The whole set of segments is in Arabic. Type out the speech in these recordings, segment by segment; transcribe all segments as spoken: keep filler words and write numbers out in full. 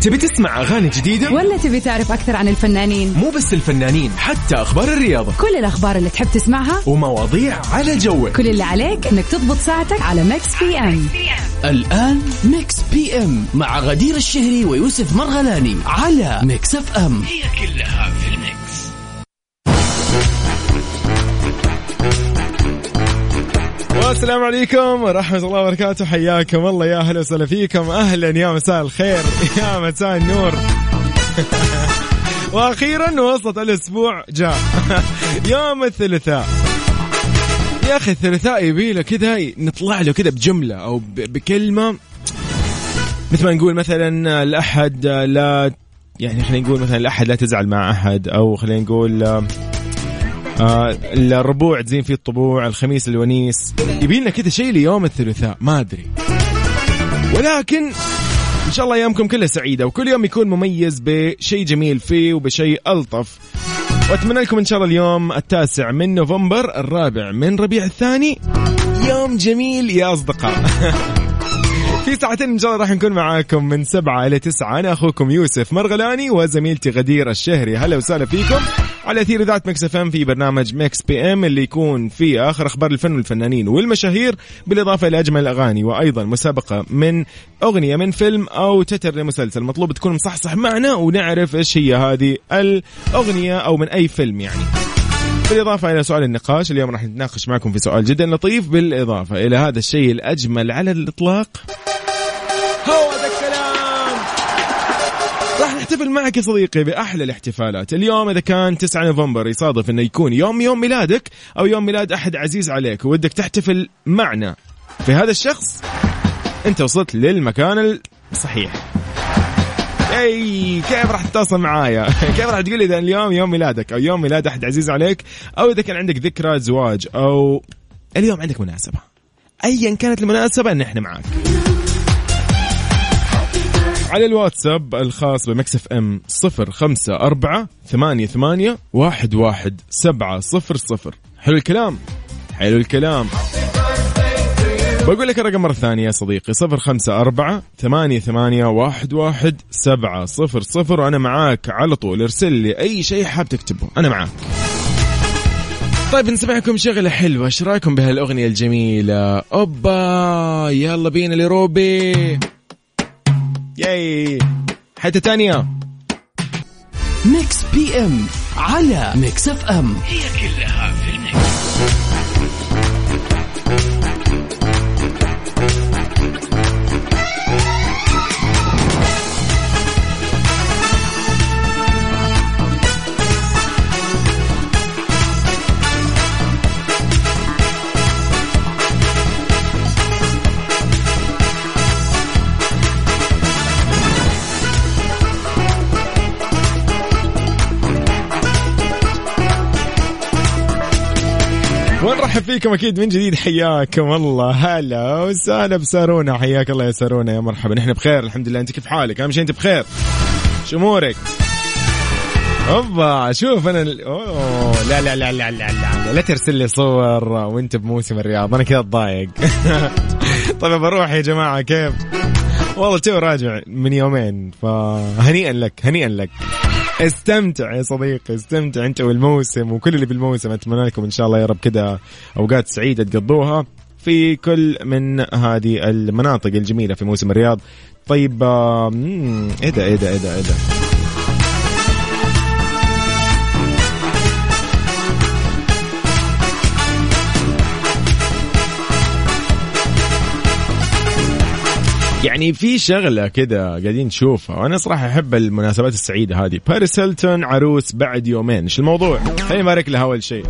تبي تسمع أغاني جديدة ولا تبي تعرف أكثر عن الفنانين؟ مو بس الفنانين، حتى أخبار الرياضة، كل الأخبار اللي تحب تسمعها ومواضيع على جوك. كل اللي عليك إنك تضبط ساعتك على ميكس بي ام. الآن ميكس بي ام مع غدير الشهري ويوسف مرغلاني على ميكس اف ام، هي كلها في الميكس. السلام عليكم ورحمة الله وبركاته، حياكم الله، يا أهلا وسهلا فيكم، أهلا يا مساء الخير، يا مساء النور. وأخيرا وسط الأسبوع جاء يوم الثلاثاء. يا أخي الثلاثاء يبيله كذا نطلع له كذا بجملة أو بكلمة، مثل ما نقول مثلا الأحد لا، يعني خلينا نقول مثلا الأحد لا تزعل مع أحد، أو خلينا نقول آه الربوع تزين فيه الطبوع، الخميس الونيس. يبيلنا كده شيء ليوم الثلاثاء، ما أدري، ولكن إن شاء الله أيامكم كلها سعيدة وكل يوم يكون مميز بشيء جميل فيه وبشيء ألطف. وأتمنى لكم إن شاء الله اليوم التاسع من نوفمبر الرابع من ربيع الثاني يوم جميل يا أصدقاء. في ساعتين إن شاء الله راح نكون معاكم من سبعة إلى تسعة. أنا أخوكم يوسف مرغلاني وزميلتي غدير الشهري. هلا وسهلا فيكم على أثير إذاعة ميكس اف ام في برنامج ميكس بي ام اللي يكون فيه آخر أخبار الفن والفنانين والمشاهير، بالإضافة إلى أجمل الأغاني، وأيضا مسابقة من أغنية من فيلم أو تتر لمسلسل. مطلوب تكون مصحصح معنا ونعرف إيش هي هذه الأغنية أو من أي فيلم يعني. بالإضافة إلى سؤال النقاش اليوم راح نتناقش معكم في سؤال جدا لطيف. بالإضافة إلى هذا الشيء الأجمل على الإطلاق هو ذا الكلام، راح نحتفل معك يا صديقي بأحلى الاحتفالات. اليوم إذا كان تسعة نوفمبر يصادف أنه يكون يوم يوم ميلادك أو يوم ميلاد أحد عزيز عليك ودك تحتفل معنا في هذا الشخص، أنت وصلت للمكان الصحيح. أي كيف راح تتواصل معايا؟ كيف راح تقول لي إذا اليوم يوم ميلادك أو يوم ميلاد أحد عزيز عليك، أو إذا كان عندك ذكرى زواج أو اليوم عندك مناسبة، أيا كانت المناسبة إن إحنا معاك على الواتساب الخاص بمكس اف ام صفر خمسة أربعة ثمانية ثمانية واحد واحد سبعة صفر صفر. حلو الكلام، حلو الكلام. بقول لك الرقم مرة ثانية يا صديقي، صفر خمسة أربعة ثمانية ثمانية واحد واحد سبعة صفر صفر، وأنا معاك على طول. ارسل لي أي شيء حاب تكتبه، أنا معاك. طيب نسمعكم شغلة حلوة، ايش رايكم بهالأغنية الجميلة؟ أوبا يلا بينا لروبي، ياي حتى تانية. ميكس بي ام على ميكس اف ام، هي كلها في الميكس. ونرحب فيكم أكيد من جديد، حياكم الله. هلا وسهلا بسارونا، حياك الله يا سارونا، يا مرحبا. نحن بخير الحمد لله، أنت كيف حالك؟ أهم شيء أنت بخير، شو أمورك؟ أوبا شوف أنا ال... أوه لا لا لا لا لا لا لا ترسل لي صور وأنت بموسم الرياض، أنا كذا أتضايق. طيب بروح يا جماعة، كيف؟ والله تو راجع من يومين، فهنيئا لك هنيئا لك. استمتع يا صديقي، استمتع انت والموسم وكل اللي بالموسم. اتمنى لكم ان شاء الله يا رب كده اوقات سعيده تقضوها في كل من هذه المناطق الجميله في موسم الرياض. طيب ايه ده ايه ده ايه ده ايه ده يعني في شغلة كده قاعدين نشوفها، وأنا صراحة أحب المناسبات السعيدة هذه. باريس هيلتون عروس بعد يومين، إيش الموضوع؟ خلينا نبارك لها أول شيء.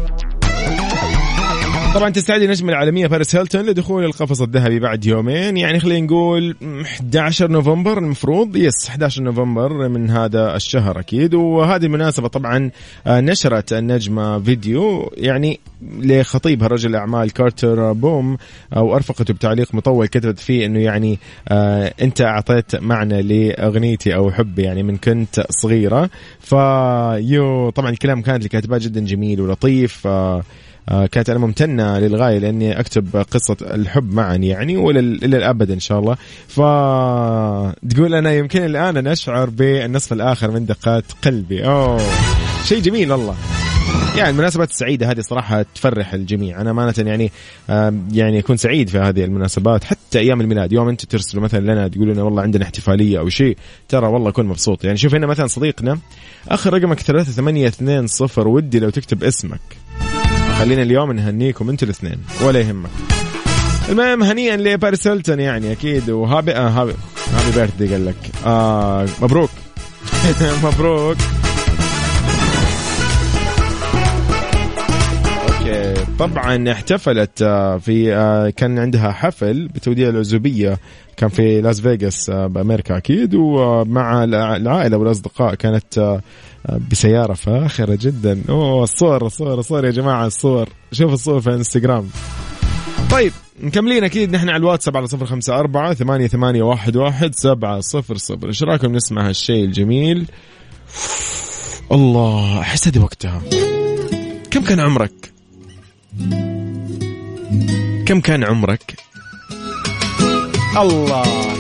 طبعا تستعد النجمة العالمية باريس هيلتون لدخول القفص الذهبي بعد يومين، يعني خلينا نقول أحد عشر نوفمبر المفروض، يس أحد عشر نوفمبر من هذا الشهر أكيد. وهذه المناسبة طبعا نشرت النجمة فيديو يعني لخطيبها رجل الأعمال كارتر بوم، أو أرفقته بتعليق مطول كتبت فيه إنه يعني آه أنت أعطيت معنى لأغنيتي أو حبي يعني من كنت صغيرة. فيو طبعا الكلام كانت لكاتبات جدا جميل ولطيف. آه آه كانت أنا ممتنة للغاية لأني أكتب قصة الحب معا يعني ولا إلى الأبد إن شاء الله. فتقول أنا يمكن الآن أن أشعر بالنصف الآخر من دقات قلبي. أوه شيء جميل والله. يعني المناسبات السعيدة هذه صراحة تفرح الجميع. أنا أمانة يعني يعني أكون سعيد في هذه المناسبات، حتى أيام الميلاد يوم أنت ترسلوا مثلا لنا تقولوا لنا والله عندنا احتفالية أو شيء، ترى والله أكون مبسوط. يعني شوف هنا مثلا صديقنا آخر رقمك ثلاثة ثمانية اثنين صفر، ودي لو تكتب اسمك، خلينا اليوم نهنيكم أنتوا الاثنين ولا يهمك. المهم هنيئا لباريس هيلتون يعني أكيد، وهابي آه هابي هابي بيرثدي قال لك آه مبروك مبروك. طبعا احتفلت في كان عندها حفل بتوديع العزوبية، كان في لاس فيغاس بأمريكا أكيد، ومع العائلة والأصدقاء. كانت بسيارة فاخرة جدا. أوه الصور الصور الصور يا جماعة، الصور شوف الصور في الانستغرام. طيب مكملين أكيد نحن على الواتساب على صفر خمسة أربعة ثمانية ثمانية واحد واحد سبعة صفر صفر. إيش رأيكم نسمع هالشيء الجميل؟ الله أحس هذه وقتها. كم كان عمرك؟ كم كان عمرك؟ الله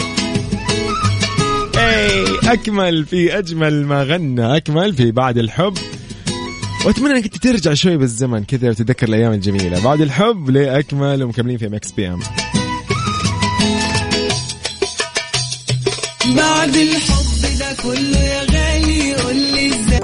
اي أكمل في أجمل ما غنى، أكمل في بعد الحب. وأتمنى أنك ترجع شوي بالزمن كذا وتتذكر الأيام الجميلة. بعد الحب لأكمل، ومكملين في مكس بي أم. بعد الحب ده كله يا غالي قول لي ازاي.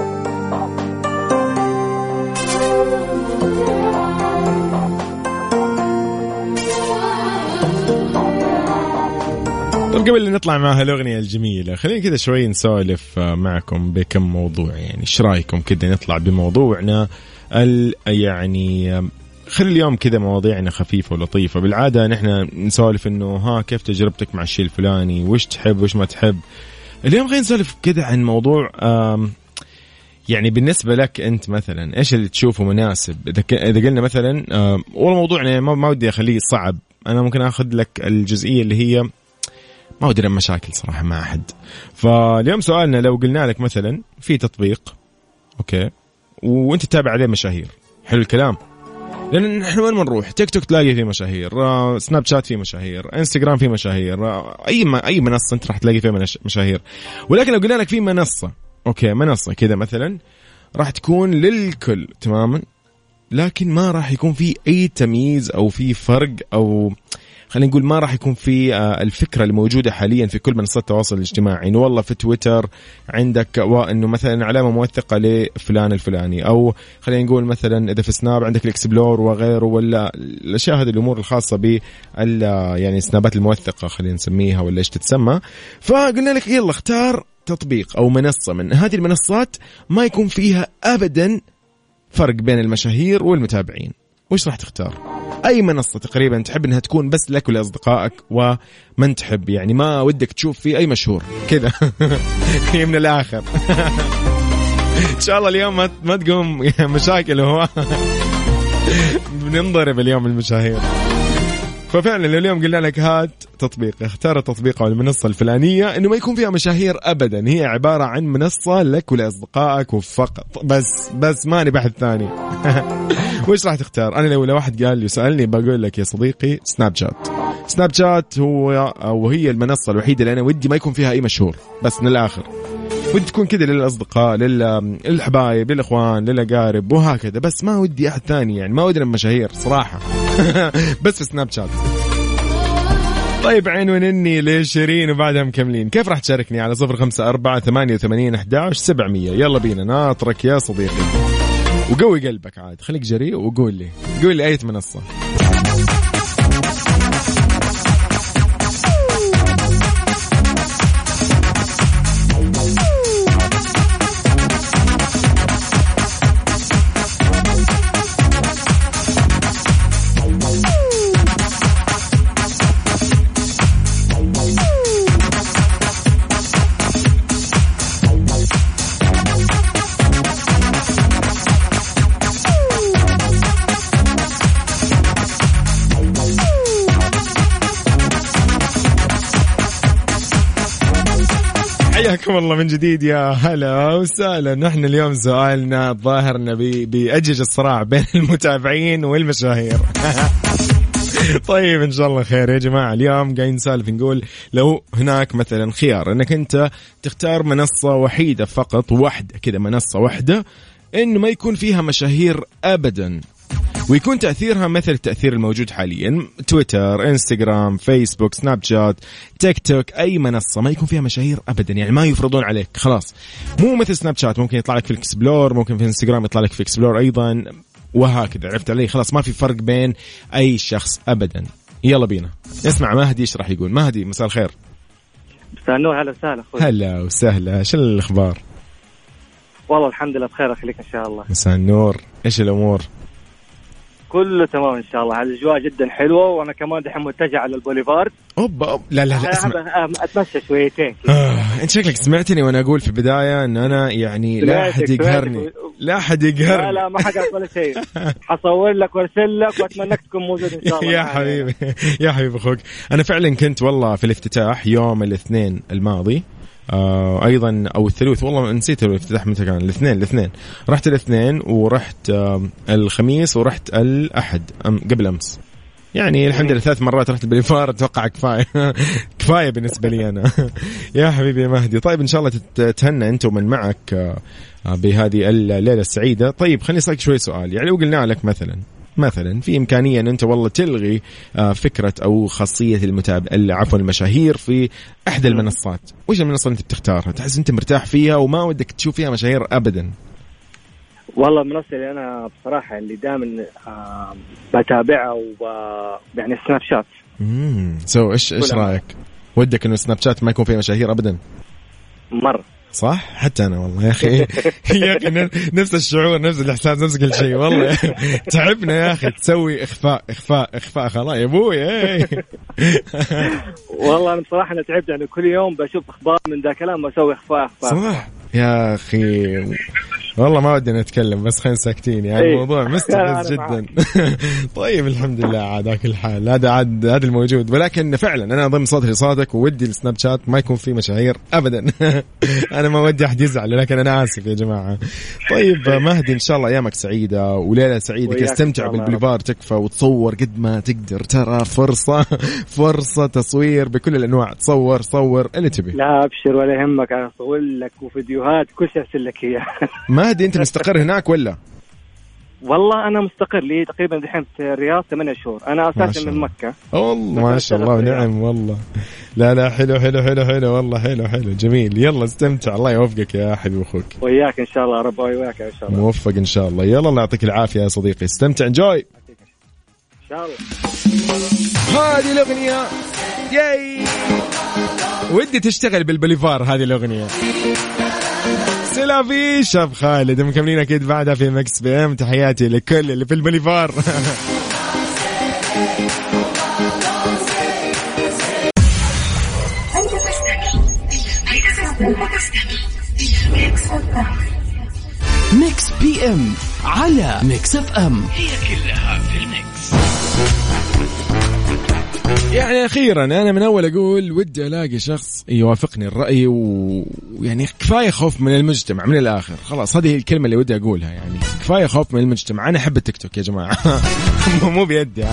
طب قبل نطلع مع هالأغنية الجميلة خلينا كذا شوي نسولف معكم بكم موضوع. يعني ايش رايكم كذا نطلع بموضوعنا ال يعني خلي اليوم كذا مواضيعنا خفيفة ولطيفة. بالعادة نحن نسولف انه ها كيف تجربتك مع الشيء الفلاني، وش تحب وش ما تحب. اليوم خلينا نسولف كذا عن موضوع يعني بالنسبة لك أنت مثلا إيش اللي تشوفه مناسب. إذا إذا قلنا مثلا والله موضوعنا ما ما ودي أخليه صعب، أنا ممكن أخذ لك الجزئية اللي هي ما ودي لما مشاكل صراحة مع أحد. فاليوم سؤالنا لو قلنا لك مثلا في تطبيق أوكي وأنت تتابع عليه مشاهير، حلو الكلام، لأن نحن وين ما نروح تيك توك تلاقي فيه مشاهير، سناب شات فيه مشاهير، انستغرام فيه مشاهير، أي ما أي منصة أنت راح تلاقي فيه مشاهير. ولكن لو قلنا لك في منصة أوكي منصة كذا مثلا راح تكون للكل تماما، لكن ما راح يكون في أي تمييز أو في فرق، أو خلينا نقول ما راح يكون في الفكرة الموجودة حاليا في كل منصات التواصل الاجتماعي، إنه والله في تويتر عندك وإنه مثلا علامة موثقة لفلان الفلاني، أو خلينا نقول مثلا إذا في سناب عندك الإكسبلور وغيره، ولا الأشياء هذه الأمور الخاصة ب يعني سنابات الموثقة خلينا نسميها ولا إيش تتسمى. فقلنا لك يلا اختار تطبيق أو منصة من هذه المنصات ما يكون فيها أبدا فرق بين المشاهير والمتابعين. وش راح تختار؟ أي منصة تقريبا تحب أنها تكون بس لك ولأصدقائك ومن تحب، يعني ما ودك تشوف فيه أي مشهور كذا هي من الآخر. إن شاء الله اليوم ما ما تقوم مشاكل وهو بننضرب اليوم المشاهير. ففعلا اليوم قلنا لك هات تطبيق، اختار التطبيق أو المنصة الفلانية إنه ما يكون فيها مشاهير أبدا، هي عبارة عن منصة لك ولأصدقائك وفقط، بس بس ما نبحث ثاني. وش راح تختار؟ أنا لو واحد قال لي سألني بقول لك يا صديقي سناب شات. سناب شات هو أو هي المنصة الوحيدة اللي أنا ودي ما يكون فيها أي مشهور، بس من الآخر ودي تكون كده للأصدقاء للحبايب للإخوان للأقارب وهكذا، بس ما ودي أحد ثاني، يعني ما ودي المشاهير صراحة. بس في سناب شات. طيب عنوانني لشيرين وبعدها مكملين. كيف راح تشاركني على صفر خمسة أربعة ثمانية ثمانين أحد عشر سبعمية؟ يلا بينا ناطرك يا صديقي، وقوي قلبك عاد، خليك جريء وقول لي قول لي أي منصة. حياكم الله من جديد يا هلا وسهلا. نحن اليوم سؤالنا ظاهر نبي بيأجج الصراع بين المتابعين والمشاهير. طيب إن شاء الله خير يا جماعة. اليوم قاعدين نسالف نقول لو هناك مثلا خيار أنك أنت تختار منصة وحيدة فقط، واحدة كده، منصة واحدة إنه ما يكون فيها مشاهير أبدا، ويكون تأثيرها مثل التأثير الموجود حاليا، تويتر، انستغرام، فيسبوك، سناب شات، تيك توك، أي منصة ما يكون فيها مشاهير أبدا، يعني ما يفرضون عليك خلاص. مو مثل سناب شات ممكن يطلع لك في الإكسبلور، ممكن في انستغرام يطلع لك في إكسبلور أيضا، وهكذا. عرفت علي؟ خلاص ما في فرق بين أي شخص أبدا. يلا بينا نسمع مهدي ايش راح يقول. مهدي مساء الخير. مساء النور. هلا وسهلا اخوي. هلا وسهلا. شو الأخبار؟ والله الحمد لله بخير اخليك ان شاء الله. مساء النور. ايش الأمور؟ كله تمام ان شاء الله. الاجواء جدا حلوه، وانا كمان دحين متجه على البوليفارد. اوبا أوب. لا لا لا اسمع، اتمشى شويتين. آه. انت شكلك سمعتني وانا اقول في البدايه ان انا يعني لا احد يقهرني، لا احد يقهرني. لا لا ما حقك ولا شيء. حصور لك وارسل لك، واتمنى تكون موجود ان شاء الله. يا حبيبي يا حبيبي اخوك. انا فعلا كنت والله في الافتتاح يوم الاثنين الماضي، آه أيضا أو الثلاث، والله نسيت الافتتاح متى كان. الاثنين الاثنين رحت الاثنين، ورحت آه الخميس، ورحت الأحد قبل أمس. يعني الحمد لله ثلاث مرات رحت البوليفار، أتوقع كفاية. كفاية بالنسبة لي أنا. يا حبيبي يا مهدي. طيب إن شاء الله تتهنى أنت ومن معك آه بهذه الليلة السعيدة. طيب خليني أسألك شوي سؤال. يعني لو قلنا لك مثلا مثلا في إمكانية أن أنت والله تلغي فكرة أو خاصية المتابع، عفوا المشاهير في أحد المنصات، وش المنصة اللي أنت بتختارها تحس أنت مرتاح فيها وما ودك تشوف فيها مشاهير أبدا؟ والله المنصة اللي أنا بصراحة اللي دائما آه بتابعها و يعني سناب شات. امم سو إيش إيش رأيك؟ ودك إنه سناب شات ما يكون فيه مشاهير أبدا؟ مرة صح. حتى أنا والله يا أخي يا أخي نفس الشعور، نفس الإحساس، نفس كل شيء والله. تعبنا يا أخي تسوي إخفاء إخفاء إخفاء خلاص يا أبوي. والله أنا بصراحة أنا تعبت، يعني كل يوم بشوف أخبار من ذا كلام وأسوي إخفاء إخفاء. صح يا أخي والله ما ودنا نتكلم، بس خلينا ساكتين يعني. إيه. الموضوع مستفز جدا. طيب الحمد لله على كل حال، هذا عاد هذا الموجود. ولكن فعلا أنا ضمن صدري صادق، وودي السناب شات ما يكون فيه مشاهير أبدا. أنا ما ودي أحد يزعل، لكن أنا آسف يا جماعة. طيب مهدي إن شاء الله أيامك سعيدة وليلة سعيدة، تستمتع بالبوليفار، تكفى وتصور قد ما تقدر. ترى فرصة فرصة تصوير بكل الأنواع، تصور صور اللي تبي. لا أبشر ولا يهمك، أنا أصور لك وفيديوهات كل شيء أرسل لك إياه. مهدي أنت مستقر هناك ولا؟ والله أنا مستقر لي تقريبا دحين في الرياض ثمانية شهور. أنا أساسا من مكة. والله ما شاء الله ونعم والله. لا لا حلو حلو حلو حلو والله حلو حلو جميل. يلا استمتع، الله يوفقك يا حبيبي أخوك. وياك إن شاء الله، رب وياك إن شاء الله. موفق إن شاء الله. يلا الله يعطيك العافية يا صديقي، استمتع انجوي إن شاء الله. هذه الأغنية ياي ودي تشتغل بالبوليفار، هذه الأغنية سلافي شاب خالد. مكملين أكيد بعدها في مكس بي ام. تحياتي لكل اللي في البوليفار. مكس بي ام على مكس اف ام، هي كلها في المكس. يعني أخيرا أنا من أول أقول ودي ألاقي شخص يوافقني الرأي، ويعني كفاية خوف من المجتمع. من الآخر خلاص هذه الكلمة اللي ودي أقولها، يعني كفاية خوف من المجتمع. أنا أحب التيك توك يا جماعة. مو بيدي.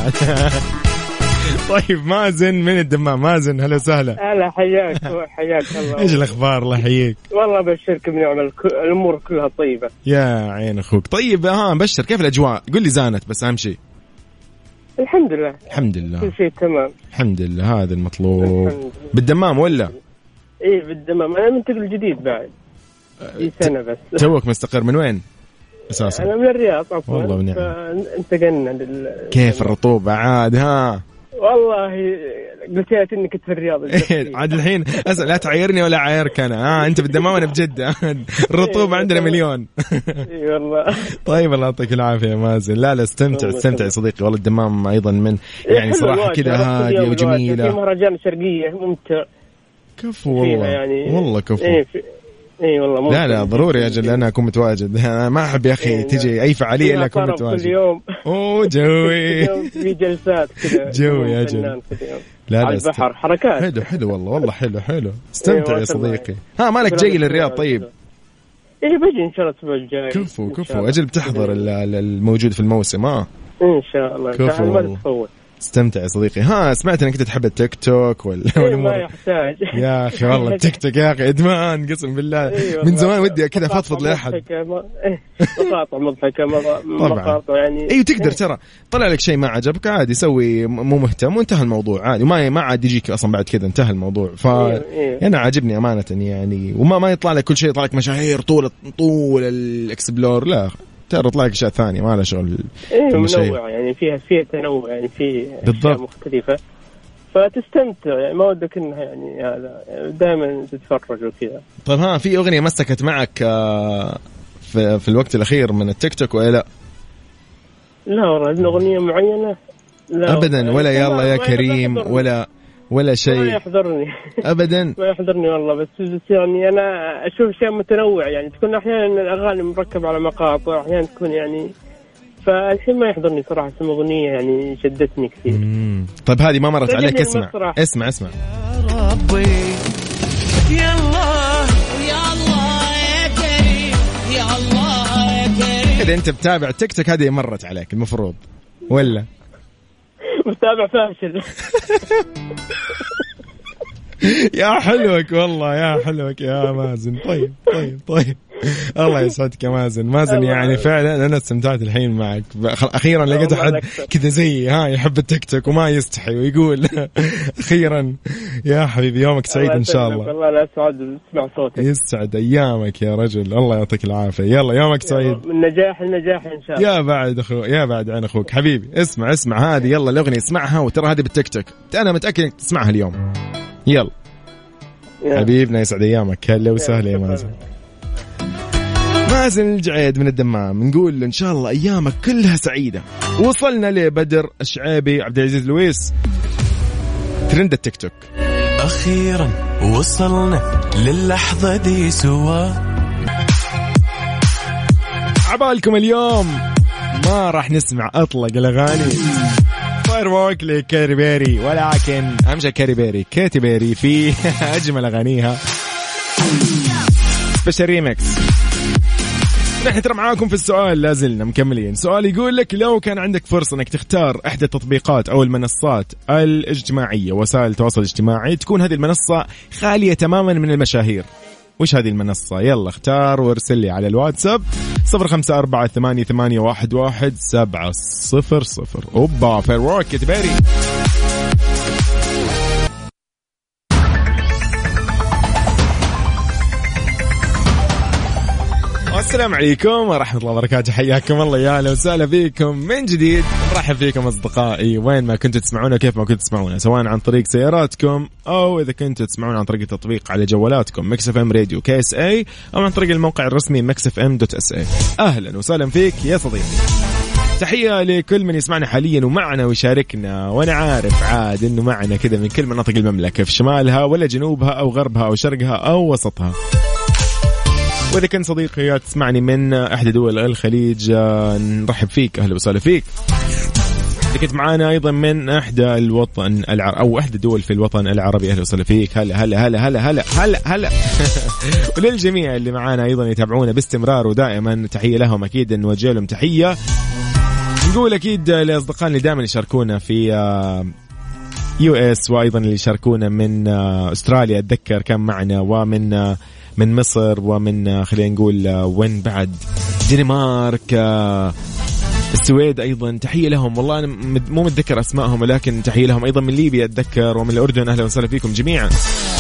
طيب مازن من الدمام. مازن هلا وسهلا. هلا حياك حياك الله. ايش الاخبار؟ الله يحييك. والله بشرك بنعمل الامور كلها طيبه يا عين اخوك. طيب ها بشر، كيف الاجواء؟ قل لي زانت بس اهم شيء. الحمد لله الحمد لله كل شيء تمام الحمد لله. هذا المطلوب. بالدمام ولا؟ ايه بالدمام. انا منتقل جديد بعد في سنه بس. توك مستقر من وين اساسا؟ انا من الرياض عفوا. والله ونعم. فانتقلنا لل... كيف الرطوبه عاد؟ ها والله قلت لك انك في الرياض. عاد الحين اسال لا تعايرني ولا عايرك انا. ها انت بالدمام وانا بجده. الرطوبه عندنا مليون. اي والله. طيب الله يعطيك العافيه يا مازن. لا لا استمتع استمتع يا صديقي. والله الدمام ايضا من يعني صراحه كذا هاديه وجميله. في مهرجان شرقيه ممتع. كفو والله يعني. والله كفو. إيه اي والله. لا لا ضروري اجل انا اكون متواجد. انا ما احب يا اخي إيه تجي اي فعاليه الا اكون متواجد كل يوم. اوه جوي. في جلسات كذا جوي يا جو. لا على البحر حركات. حلو حلو والله والله حلو حلو استمتع يا صديقي. ها مالك جاي للرياض طيب؟ إيه بجي إن شاء الله الأسبوع الجاي. كفو كفو أجل بتحضر الموجود في الموسم. ها إن شاء الله كفو ما تفوت. استمتع يا صديقي. ها سمعت انك انت تحب التيك توك ولا إيه ما يحتاج يا اخي والله التيك توك يا اخي ادمان قسم بالله. إيه من زمان ودي كذا فضفض لاحد. مقاطع مضحكه مقاطع يعني. ايوه تقدر ترى طلع لك شيء ما عجبك عادي سوي مو مهتم وانتهى الموضوع عادي وما ما عاد يجيك اصلا بعد كذا انتهى الموضوع. ف إيه انا عاجبني امانه يعني وما ما يطلع لك كل شيء يطلع لك مشاهير طول طول الاكسبلور لا ترى طلع لك اشياء ثانيه ما لها شغل. ايه منوع يعني فيها فيها تنوع يعني في اشياء مختلفه فتستمتع يعني ما ودك انها يعني هذا دائما تتفرج وكذا. طيب ها في اغنيه مسكت معك في في الوقت الاخير من التيك توك ولا لا؟ لا والله اغنيه معينه لا ابدا ولا يلا يا كريم ولا ولا شيء ما يحضرني ابدا ما يحضرني والله. بس بس يعني انا اشوف شيء متنوع يعني تكون احيانا الاغاني مركبه على مقاطع احيانا تكون يعني فالحين ما يحضرني صراحه اسم اغنيه يعني شدتني كثير. مم. طيب هذه ما مرت عليك اسمع اسمع اسمع يا ربي يا الله يا الله يا كريم يا الله يا كريم. اذا انت بتابع تيك توك هذه مرت عليك المفروض ولا متابع فاشل. يا حلوك والله يا حلوك يا مازن. طيب طيب طيب الله يسعدك يا مازن. مازن يعني فعلا أنا استمتعت الحين معك أخيرا لقيت أحد كذا زي ها يحب التيك توك وما يستحي ويقول أخيرا يا حبيبي يومك سعيد إن شاء الله. والله لا أسعد اسمع صوتك. يسعد أيامك يا رجل الله يعطيك العافية. يلا يومك سعيد من نجاح النجاح إن شاء الله. يا بعد أخو يا بعد عن أخوك حبيبي. اسمع اسمع هذه يلا الأغنية اسمعها وترى هذه بالتيك توك أنا متأكد إنك تسمعها اليوم. يلا حبيبنا يسعد أيامك. هلا وسهلا يا مازن. مازن الجعيد من الدمام نقول إن شاء الله أيامك كلها سعيدة. وصلنا لبدر الشعيبي عبد العزيز لويس ترند التيك توك. أخيرا وصلنا للحظة دي سوا. عبالكم اليوم ما راح نسمع أطلق الأغاني فايروورك لكيري بيري ولكن أمشى كيري بيري كيتي بيري في أجمل أغانيها سبيشال ريمكس. نحن ترى معاكم في السؤال لازلنا مكملين. سؤال يقول لك لو كان عندك فرصة انك تختار احدى التطبيقات او المنصات الاجتماعية وسائل التواصل الاجتماعي تكون هذه المنصة خالية تماما من المشاهير وش هذه المنصة؟ يلا اختار وارسل لي على الواتساب صفر خمسة أربعة ثمانية ثمانية واحد واحد سبعة صفر صفر. اوبا فيروورك كتباري. السلام عليكم ورحمة الله وبركاته. حياكم الله يا أهلا وسهلا فيكم من جديد. مرحب فيكم أصدقائي وين ما كنتوا تسمعونا كيف ما كنتوا تسمعونا سواء عن طريق سياراتكم أو إذا كنتوا تسمعونا عن طريق التطبيق على جوالاتكم ميكس اف ام راديو كي اس اي أو عن طريق الموقع الرسمي ميكس اف ام دوت اس اي. أهلا وسهلا فيك يا صديقي. تحية لكل من يسمعنا حاليا ومعنا ويشاركنا وأنا عارف عاد إنه معنا كذا من كل مناطق المملكة في شمالها ولا جنوبها أو غربها أو شرقها أو وسطها. وإذا كنت صديقي تسمعني من إحدى دول الخليج نرحب فيك أهلا وسهلا فيك. إذا كنت معانا أيضا من إحدى الوطن العربي أو إحدى دول في الوطن العربي أهلا وسهلا فيك. هلا هلا هلا هلا هلا هلا هلا. وللجميع اللي معانا أيضا يتابعونا باستمرار ودائما تحية لهم أكيد نوجه لهم تحية. نقول أكيد لأصدقائنا اللي دائما يشاركونا في يو إس وأيضا اللي يشاركونا من أستراليا أتذكر كان معنا ومن من مصر ومن خلينا نقول وين بعد دنمارك السويد أيضا تحية لهم. والله أنا مو متذكر أسمائهم ولكن تحية لهم أيضا من ليبيا أتذكر ومن الأردن. أهلا وسهلا فيكم جميعا.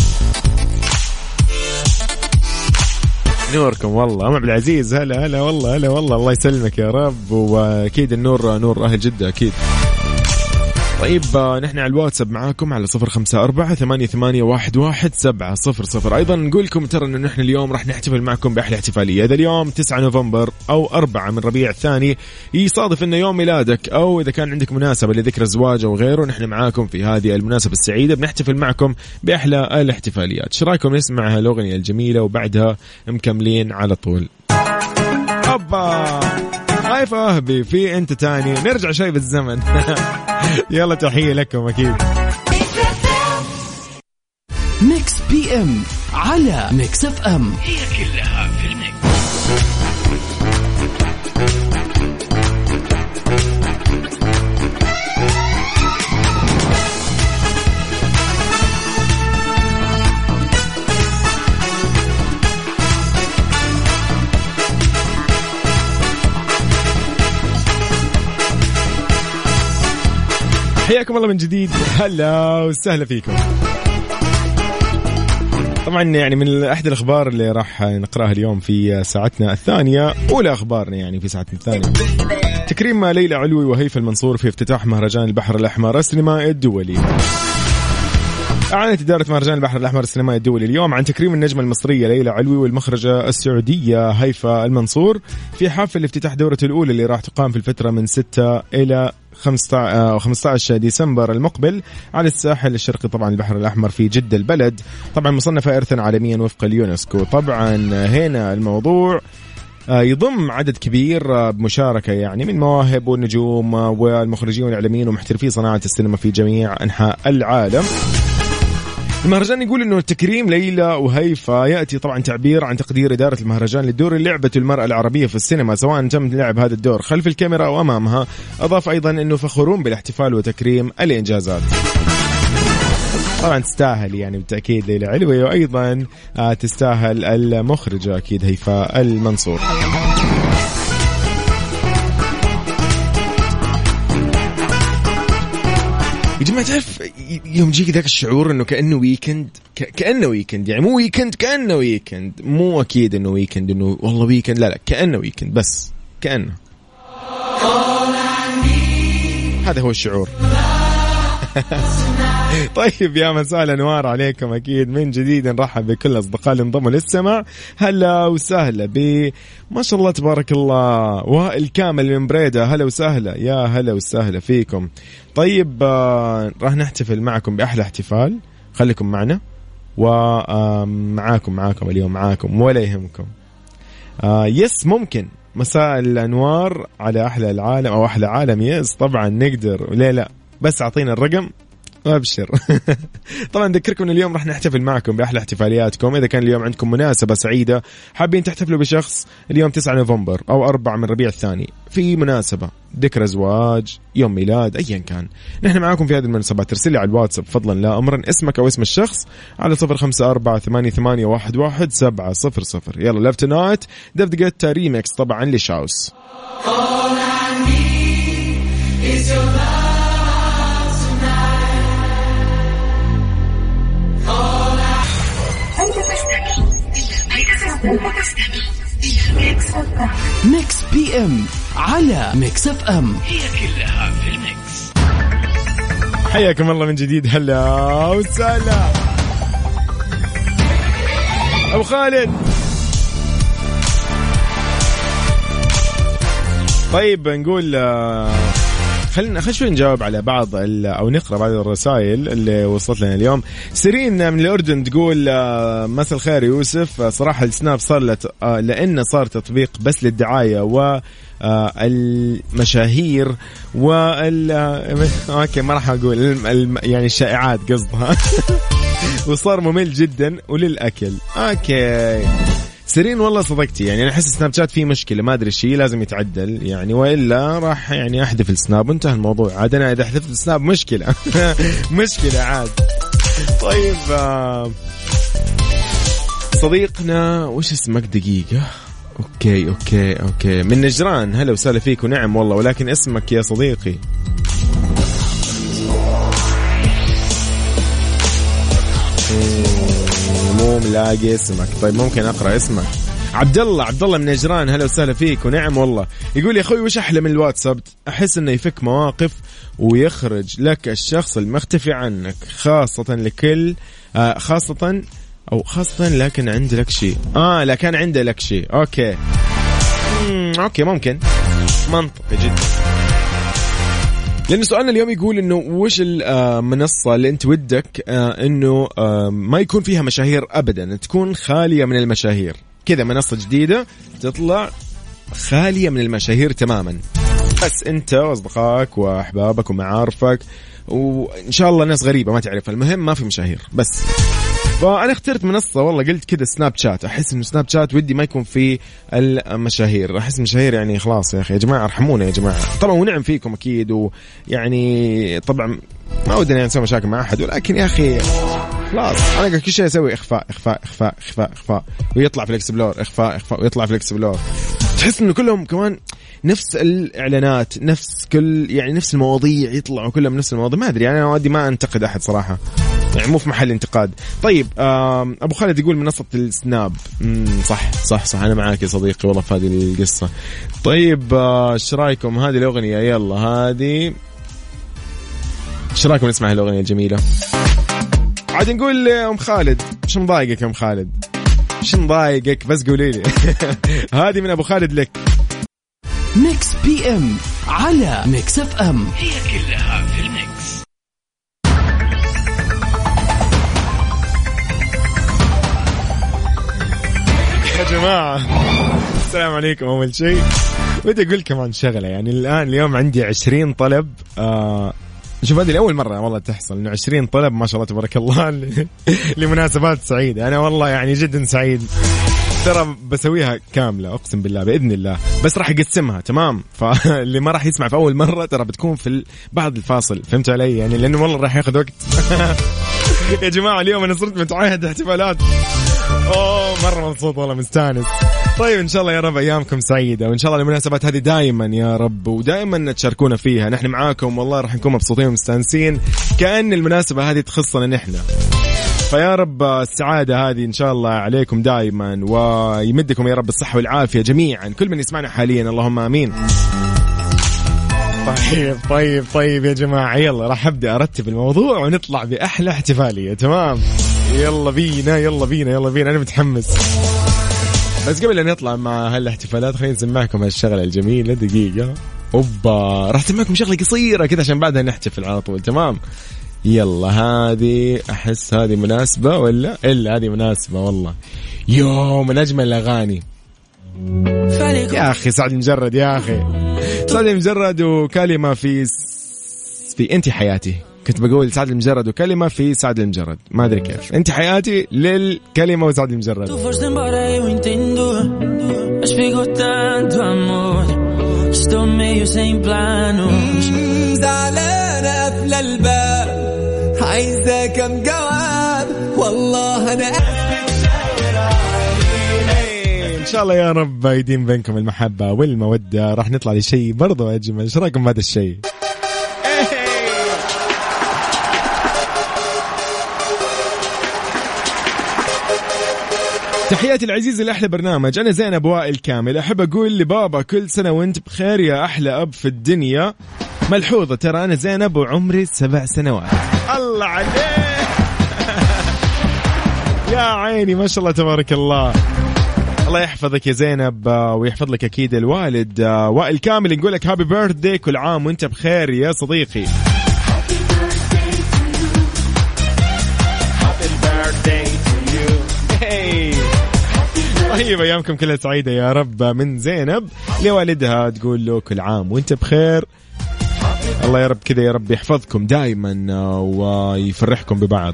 نوركم والله أم عبد العزيز هلا هلا والله هلا والله الله يسلمك يا رب. وأكيد النور نور أهل جدة أكيد. طيب نحن على الواتساب معاكم على صفر خمسة أربعة ثمانية ثمانية واحد واحد سبعة صفر صفر. أيضا نقول لكم ترى أنه نحن اليوم راح نحتفل معكم بأحلى احتفالية. إذا اليوم تسعة نوفمبر أو أربعة من ربيع الثاني يصادف أنه يوم ميلادك أو إذا كان عندك مناسبة لذكرى الزواج أو غيره نحن معاكم في هذه المناسبة السعيدة بنحتفل معكم بأحلى الاحتفاليات. شو رايكم نسمع هالأغنية الجميلة وبعدها مكملين على طول. أبا هاي فهبي في أنت تاني نرجع شوي بالزمن. يلا تحية لكم أكيد. بي ام على ميكس اف ام. هي كلها في الميكس. حياكم الله من جديد، هلا وسهلا فيكم. طبعا يعني من احد الاخبار اللي راح نقراها اليوم في ساعتنا الثانيه، اولى اخبارنا يعني في ساعتنا الثانيه، تكريم ليلى علوي وهيفا المنصور في افتتاح مهرجان البحر الاحمر السينمائي الدولي. أعلنت إدارة مهرجان البحر الأحمر السينمائي الدولي اليوم عن تكريم النجمة المصرية ليلى علوي والمخرجة السعودية هيفا المنصور في حفل افتتاح دورته الأولى اللي راح تقام في الفترة من ستة إلى خمسة عشر ديسمبر المقبل على الساحل الشرقي طبعا البحر الأحمر في جدة البلد، طبعا مصنفة إرثا عالميا وفق اليونسكو. طبعا هنا الموضوع يضم عدد كبير بمشاركة يعني من مواهب والنجوم والمخرجين والإعلاميين ومحترفي صناعة السينما في جميع أنحاء العالم. المهرجان يقول انه تكريم ليلى وهيفا ياتي طبعا تعبير عن تقدير اداره المهرجان للدور اللي لعبته المراه العربيه في السينما سواء تم لعب هذا الدور خلف الكاميرا او امامها. اضاف ايضا انه فخورون بالاحتفال وتكريم الانجازات. طبعا تستاهل يعني بالتاكيد ليلى علوي، وايضا تستاهل المخرجه اكيد هيفا المنصور. يا جماعة تعرف يوم يجيك ذاك الشعور انه كأنه ويكند، كأنه ويكند يعني مو ويكند كأنه ويكند، مو اكيد انه ويكند انه والله ويكند، لا لا كأنه ويكند بس كأنه هذا هو الشعور. طيب يا مساء الانوار عليكم اكيد من جديد، نرحب بكل اصدقاء اللي انضموا للسمع. هلا وسهلا ب ما شاء الله تبارك الله وائل كامل من بريدة، هلا وسهلا، يا هلا وسهلا فيكم. طيب آه راح نحتفل معكم باحلى احتفال، خليكم معنا ومعاكم معاكم اليوم معاكم ولا يهمكم. آه يس ممكن مساء الانوار على احلى العالم او احلى عالم، يس طبعا نقدر، ليه لا، بس اعطينا الرقم وابشر. طبعا نذكركم ان اليوم راح نحتفل معكم باحلى احتفالياتكم. اذا كان اليوم عندكم مناسبه سعيده حابين تحتفلوا بشخص، اليوم تسعة نوفمبر او أربعة من ربيع الثاني في مناسبه، ذكرى زواج، يوم ميلاد، ايا كان، نحن معاكم في هذه المناسبات. ارسل لي على الواتساب فضلا لا امرا اسمك او اسم الشخص على صفر خمسة أربعة ثمانية ثمانية واحد واحد سبعة صفر صفر. يلا ليفت نايت دفدقت ريمكس طبعا لشاوس. ميكس بي ام على ميكس اف ام، هي كلها في الميكس. حياكم الله من جديد، هلا وسهلا ابو خالد. طيب نقول خلينا خلينا شوي نجاوب على بعض او نقرا بعض الرسائل اللي وصلت لنا اليوم. سيرين من الاردن تقول مساء الخير يوسف، صراحه السناب صار لت... لانه صار تطبيق بس للدعايه و المشاهير وال اوكي ما راح اقول الم... يعني الشائعات قصدها. وصار ممل جدا وللاكل. اوكي سيرين والله صدقتي، يعني انا احس سناب شات فيه مشكله ما ادري شيء لازم يتعدل يعني، والا راح يعني احذف السناب وانتهى الموضوع. عاد انا اذا حذفت السناب مشكله. مشكله عاد. طيب صديقنا وش اسمك دقيقه؟ اوكي اوكي اوكي من نجران، هلا وسهلا فيك. ونعم والله، ولكن اسمك يا صديقي مو ملاقي اسمك. طيب ممكن اقرا اسمك؟ عبد الله، عبد الله من نجران، هلا وسهلا فيك. ونعم والله. يقول يا اخوي وش احلى من الواتساب؟ احس انه يفك مواقف ويخرج لك الشخص المختفي عنك، خاصه لكل آه خاصه او خاصه لكن عند لك شيء اه لا كان عنده لك شيء. اوكي مم. اوكي ممكن منطقي جدا. لأن سؤالنا اليوم يقول إنه وش المنصة اللي أنت ودك إنه ما يكون فيها مشاهير أبدا، تكون خالية من المشاهير كذا، منصة جديدة تطلع خالية من المشاهير تماما، بس أنت وأصدقائك وأحبابك ومعارفك وإن شاء الله ناس غريبة ما تعرفها، المهم ما في مشاهير بس. فأنا اخترت منصة والله قلت كده سناب شات. أحس إنه سناب شات ودي ما يكون فيه المشاهير. أحس المشاهير يعني خلاص يا أخي يا جماعة ارحمونا يا جماعة. طبعا ونعم فيكم أكيد ويعني طبعا ما ودنا نسوي مشاكل مع أحد ولكن يا أخي خلاص أنا كل شيء أسوي إخفاء إخفاء إخفاء إخفاء إخفاء ويطلع في الإكسبلور إخفاء إخفاء ويطلع في الإكسبلور. تحس إنه كلهم كمان نفس الإعلانات نفس كل يعني نفس المواضيع يطلعوا كلهم نفس المواضيع. ما أدري يعني أنا ودي ما أنتقد أحد صراحة يعني مو في محل انتقاد. طيب أبو خالد يقول منصة السناب. صح صح صح أنا معاك يا صديقي والله في هذه القصة. طيب إيش رايكم هذه الأغنية يلا هذه إيش رايكم نسمع الأغنية الجميلة عاد نقول أم خالد إيش مضايقك يا أم خالد إيش مضايقك بس قولي لي. هذه من أبو خالد لك. ميكس بي ام على ميكس اف ام هي كلها في الميكس. يا جماعة السلام عليكم. أول شيء بدي أقول كمان شغلة يعني الآن اليوم عندي عشرين طلب. آه شوف هذه لأول مرة والله تحصل إنه عشرين طلب ما شاء الله تبارك الله لمناسبات سعيدة. أنا والله يعني جدا سعيد ترى بسويها كاملة أقسم بالله بإذن الله بس راح أقسمها تمام. فاللي ما راح يسمع في أول مرة ترى بتكون في بعض الفاصل فهمت علي يعني لأنه والله راح ياخذ وقت. يا جماعة اليوم أنا صرت متعهد احتفالات أوه مرة مبسوط والله مستانس. طيب إن شاء الله يا رب أيامكم سعيدة وإن شاء الله المناسبات هذه دائما يا رب ودائما تشاركونا فيها. نحن معاكم والله راح نكون مبسوطين ومستانسين كأن المناسبة هذه تخصنا نحن. فيا رب السعادة هذه إن شاء الله عليكم دائما ويمدكم يا رب الصحة والعافية جميعا كل من يسمعنا حاليا اللهم آمين. طيب طيب طيب يا جماعة يلا راح أبدأ أرتب الموضوع ونطلع بأحلى احتفالية تمام. يلا بينا يلا بينا يلا بينا أنا متحمس. بس قبل أن نطلع مع هالاحتفالات خلينا نسمعكم هالشغلة الجميلة دقيقة. أوبا راح أسمعكم شغلة قصيرة كذا عشان بعدها نحتفل على طول تمام. يلا هذه أحس هذه مناسبة ولا إلا هذه مناسبة والله يوم من أجمل الأغاني يا أخي سعد المجرد يا أخي سعد المجرد وكلمة في في أنت حياتي. كنت بقول سعد المجرد وكلمة في سعد المجرد ما أدري كيف أنت حياتي للكلمة وسعد المجرد. زعلانة قبل الباب عايزة كم جواب والله أنا إن شاء الله يا رب يديم بينكم المحبة والمودة. راح نطلع لشيء برضو أجمل. إيش رأيكم بهذا الشيء؟ تحياتي العزيزة لأحلى برنامج. أنا زينب وائل كامل أحب أقول لبابا كل سنة وانت بخير يا أحلى أب في الدنيا. ملحوظة ترى أنا زينب وعمري سبع سنوات. الله عليك يا عيني ما شاء الله تبارك الله. الله يحفظك يا زينب ويحفظ لك أكيد الوالد وائل كامل. نقول لك هابي بيرثدي كل عام وانت بخير يا صديقي. طيب أيامكم كلها سعيدة يا رب من زينب لوالدها تقول له كل عام وانت بخير. الله يا رب كذا يا رب يحفظكم دائما ويفرحكم ببعض.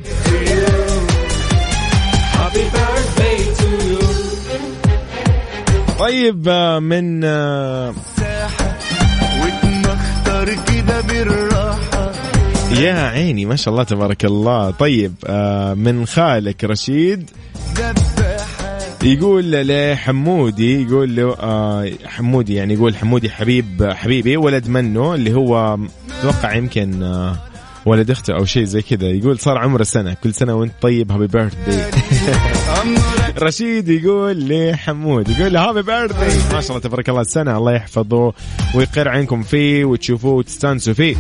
طيب من يا عيني ما شاء الله تبارك الله. طيب من خالك رشيد يقول لحمودي يقول له آه حمودي يعني يقول حمودي حبيب حبيبي ولد منه اللي هو اتوقع يمكن آه ولد اخته او شيء زي كذا. يقول صار عمره سنة كل سنة وانت طيب هابي بيرثدي. رشيد يقول لحمود يقول له هابي بيرثدي ما شاء الله تبارك الله السنة الله يحفظه ويقر عينكم فيه وتشوفوه وتستانسوا فيه.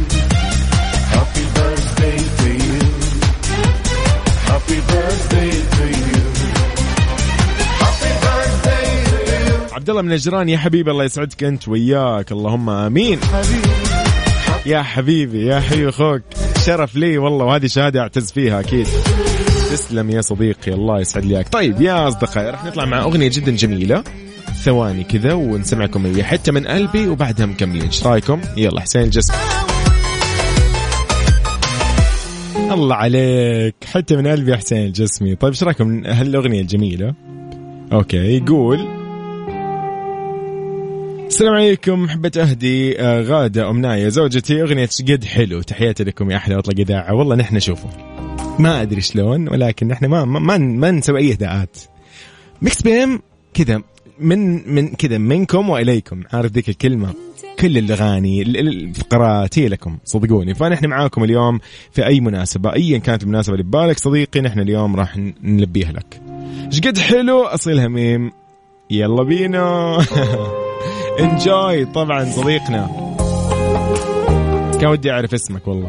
عبد الله من نجران يا حبيبي الله يسعدك انت وياك اللهم امين. يا حبيبي يا حبيبي اخوك شرف لي والله وهذه شهاده اعتز فيها اكيد. تسلم يا صديقي الله يسعد ليك. طيب يا اصدقائي راح نطلع مع اغنيه جدا جميله ثواني كذا ونسمعكم هي حتى من قلبي وبعدها مكملين. ايش رايكم؟ يلا حسين الجسم. الله عليك حتى من قلبي حسين الجسمي. طيب ايش رايكم من هالأغنية الجميلة؟ اوكي يقول السلام عليكم محبة أهدي غادة أمناية زوجتي أغنية قد حلو تحياتي لكم يا أحلى أطلق إذاعة. والله نحن شوفوا ما أدري شلون ولكن نحن ما ما ما نسوي أي إهداءات. ميكس بي ام كذا من من كذا منكم وإليكم عارف ذيك الكلمة. كل الأغاني الفقرات هي لكم صدقوني. فنحن معاكم اليوم في أي مناسبة أيا كانت المناسبة اللي ببالك صديقي نحن اليوم راح نلبيها لك. إيش قد حلو أصيلها ميم يلا بينا. انجوي طبعا صديقنا كان ودي أعرف اسمك والله.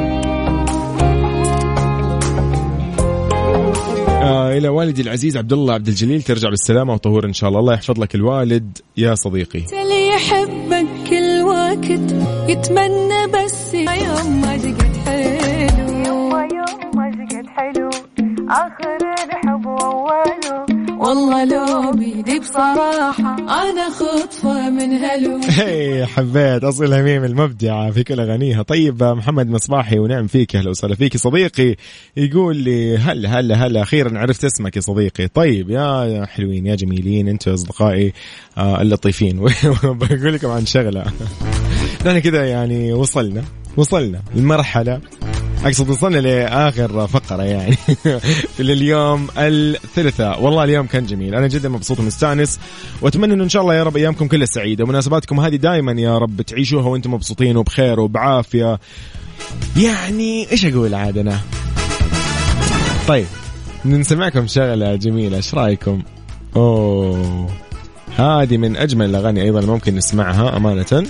آه إلى والدي العزيز عبد الله عبد الجليل ترجع بالسلامة وطهور إن شاء الله. الله يحفظ لك الوالد يا صديقي. اللي يحبك كل وقت يتمنى بس يوم ما جقت حلو يوم يوم ما جقت حلو آخر الحب وأوله والله لو بيدي بصراحة أنا خطفة من هلو. هي حبيت أصل هميم المبدعة في كل أغانيها. طيب محمد مصباحي ونعم فيك أهلا وسهلا فيك صديقي. يقول لي هلا هلا هلا أخيرا عرفت اسمك يا صديقي. طيب يا حلوين يا جميلين أنتوا أصدقائي آه اللطيفين. بقول لكم عن شغلة نحن كده يعني وصلنا وصلنا المرحلة أقصد وصلنا لآخر فقرة يعني في اليوم الثلاثاء. والله اليوم كان جميل أنا جدا مبسوط ومستانس وأتمنى إنه إن شاء الله يا رب أيامكم كلها سعيدة ومناسباتكم هذه دائما يا رب تعيشوها وأنتم مبسوطين وبخير وبعافية. يعني إيش أقول عاد أنا. طيب نسمعكم شغلة جميلة إيش رأيكم؟ أوه هذه من أجمل الأغاني أيضا ممكن نسمعها أمانة.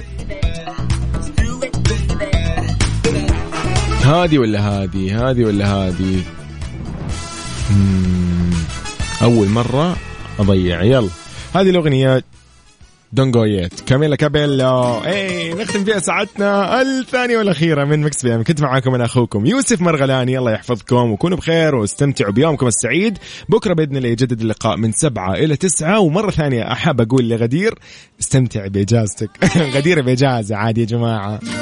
هذه ولا هذه هذه ولا هذه أول مرة أضيع. يلا هذه الأغنية دونغويت كاميلا كابيلا. اي نختم فيها ساعتنا الثانية والأخيرة من مكس بي ام. كنت معاكم أنا أخوكم يوسف مرغلاني. الله يحفظكم وكونوا بخير واستمتعوا بيومكم السعيد. بكرة بإذن الله يجدد اللقاء من سبعة إلى تسعة. ومرة ثانية أحب أقول لغدير استمتع بإجازتك. غدير بإجازة عادي يا جماعة.